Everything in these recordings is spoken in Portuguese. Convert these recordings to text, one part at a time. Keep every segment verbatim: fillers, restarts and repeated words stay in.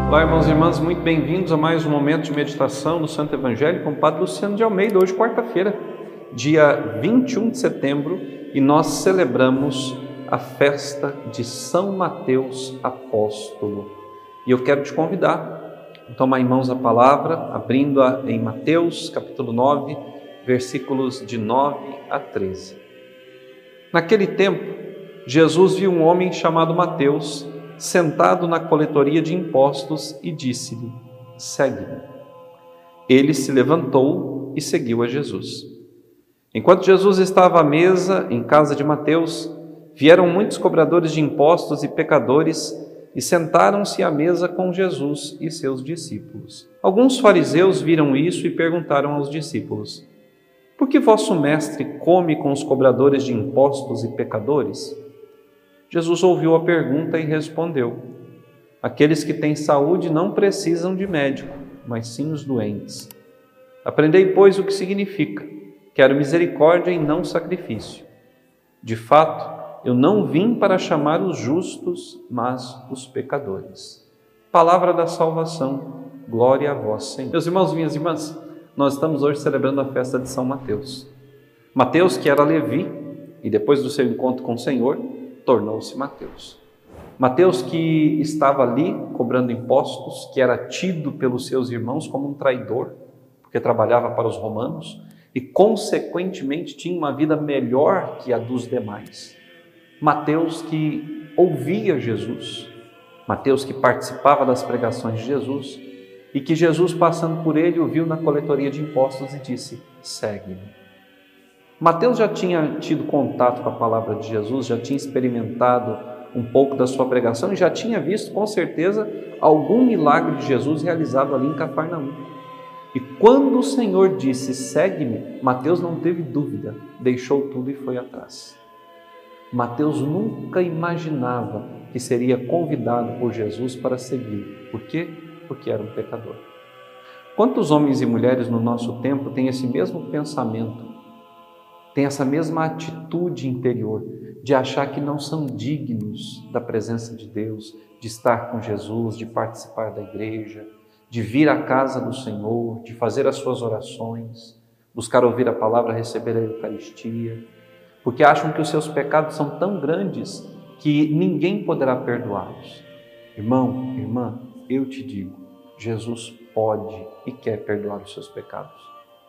Olá, irmãos e irmãs, muito bem-vindos a mais um momento de meditação no Santo Evangelho com o Padre Luciano de Almeida. Hoje, quarta-feira, dia vinte e um de setembro, e nós celebramos a festa de São Mateus Apóstolo. E eu quero te convidar a tomar em mãos a palavra, abrindo-a em Mateus, capítulo nove, versículos de nove a treze. Naquele tempo, Jesus viu um homem chamado Mateus, sentado na coletoria de impostos, e disse-lhe: segue-me. Ele se levantou e seguiu a Jesus. Enquanto Jesus estava à mesa em casa de Mateus, vieram muitos cobradores de impostos e pecadores e sentaram-se à mesa com Jesus e seus discípulos. Alguns fariseus viram isso e perguntaram aos discípulos: por que vosso mestre come com os cobradores de impostos e pecadores? Jesus ouviu a pergunta e respondeu: aqueles que têm saúde não precisam de médico, mas sim os doentes. Aprendei, pois, o que significa: quero misericórdia e não sacrifício. De fato, eu não vim para chamar os justos, mas os pecadores. Palavra da salvação, glória a vós, Senhor. Meus irmãos e minhas irmãs, nós estamos hoje celebrando a festa de São Mateus. Mateus, que era Levi, e depois do seu encontro com o Senhor, tornou-se Mateus. Mateus, que estava ali cobrando impostos, que era tido pelos seus irmãos como um traidor, porque trabalhava para os romanos e, consequentemente, tinha uma vida melhor que a dos demais. Mateus, que ouvia Jesus. Mateus, que participava das pregações de Jesus e que Jesus, passando por ele, o viu na coletoria de impostos e disse: segue-me. Mateus já tinha tido contato com a palavra de Jesus, já tinha experimentado um pouco da sua pregação e já tinha visto, com certeza, algum milagre de Jesus realizado ali em Cafarnaum. E quando o Senhor disse: segue-me, Mateus não teve dúvida, deixou tudo e foi atrás. Mateus nunca imaginava que seria convidado por Jesus para seguir. Por quê? Porque era um pecador. Quantos homens e mulheres no nosso tempo têm esse mesmo pensamento, tem essa mesma atitude interior de achar que não são dignos da presença de Deus, de estar com Jesus, de participar da igreja, de vir à casa do Senhor, de fazer as suas orações, buscar ouvir a palavra, receber a Eucaristia, porque acham que os seus pecados são tão grandes que ninguém poderá perdoá-los. Irmão, irmã, eu te digo, Jesus pode e quer perdoar os seus pecados.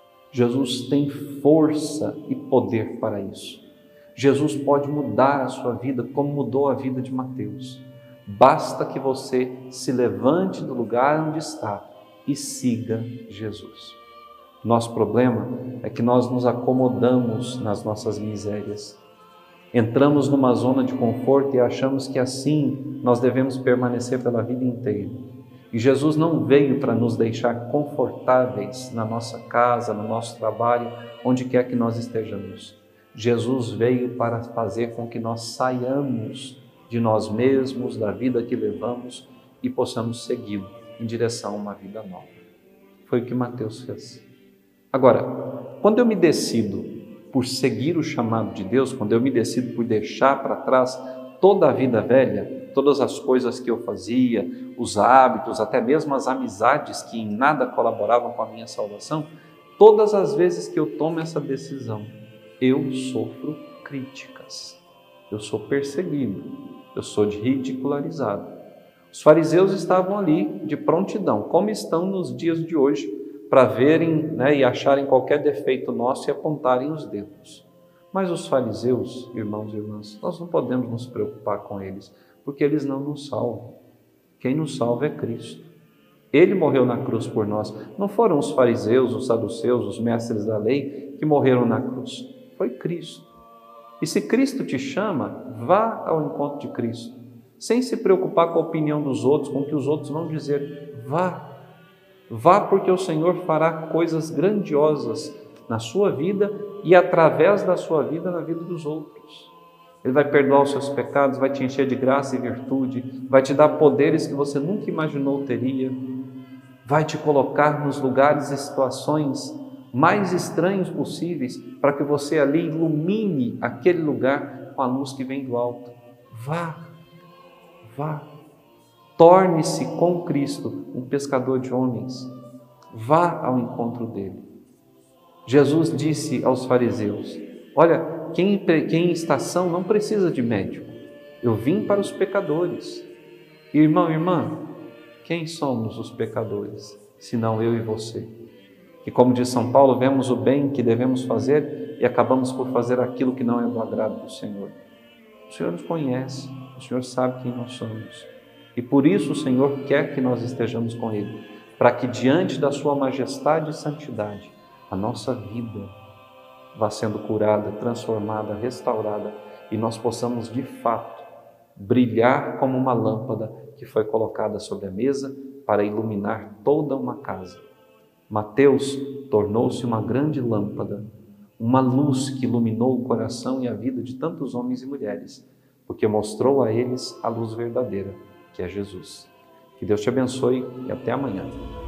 Jesus tem força e poder para isso. Jesus pode mudar a sua vida como mudou a vida de Mateus. Basta que você se levante do lugar onde está e siga Jesus. Nosso problema é que nós nos acomodamos nas nossas misérias. Entramos numa zona de conforto e achamos que assim nós devemos permanecer pela vida inteira. E Jesus não veio para nos deixar confortáveis na nossa casa, no nosso trabalho, onde quer que nós estejamos. Jesus veio para fazer com que nós saiamos de nós mesmos, da vida que levamos, e possamos segui-lo em direção a uma vida nova. Foi o que Mateus fez. Agora, quando eu me decido por seguir o chamado de Deus, quando eu me decido por deixar para trás toda a vida velha, todas as coisas que eu fazia, os hábitos, até mesmo as amizades que em nada colaboravam com a minha salvação, todas as vezes que eu tomo essa decisão, eu sofro críticas, eu sou perseguido, eu sou ridicularizado. Os fariseus estavam ali de prontidão, como estão nos dias de hoje, para verem, né, e acharem qualquer defeito nosso e apontarem os dedos. Mas os fariseus, irmãos e irmãs, nós não podemos nos preocupar com eles, porque eles não nos salvam. Quem nos salva é Cristo. Ele morreu na cruz por nós. Não foram os fariseus, os saduceus, os mestres da lei que morreram na cruz. Foi Cristo. E se Cristo te chama, vá ao encontro de Cristo, sem se preocupar com a opinião dos outros, com o que os outros vão dizer. Vá. Vá, porque o Senhor fará coisas grandiosas na sua vida e através da sua vida na vida dos outros. Ele vai perdoar os seus pecados, vai te encher de graça e virtude, vai te dar poderes que você nunca imaginou teria, vai te colocar nos lugares e situações mais estranhos possíveis para que você ali ilumine aquele lugar com a luz que vem do alto. Vá, vá. Torne-se com Cristo um pescador de homens. Vá ao encontro dele. Jesus disse aos fariseus: olha, quem, quem em estação não precisa de médico. Eu vim para os pecadores. Irmão, irmã, quem somos os pecadores, senão eu e você? Que, como diz São Paulo, vemos o bem que devemos fazer e acabamos por fazer aquilo que não é do agrado do Senhor. O Senhor nos conhece, o Senhor sabe quem nós somos. E por isso o Senhor quer que nós estejamos com Ele, para que diante da sua majestade e santidade, a nossa vida vá sendo curada, transformada, restaurada, e nós possamos de fato brilhar como uma lâmpada que foi colocada sobre a mesa para iluminar toda uma casa. Mateus tornou-se uma grande lâmpada, uma luz que iluminou o coração e a vida de tantos homens e mulheres, porque mostrou a eles a luz verdadeira, que é Jesus. Que Deus te abençoe e até amanhã.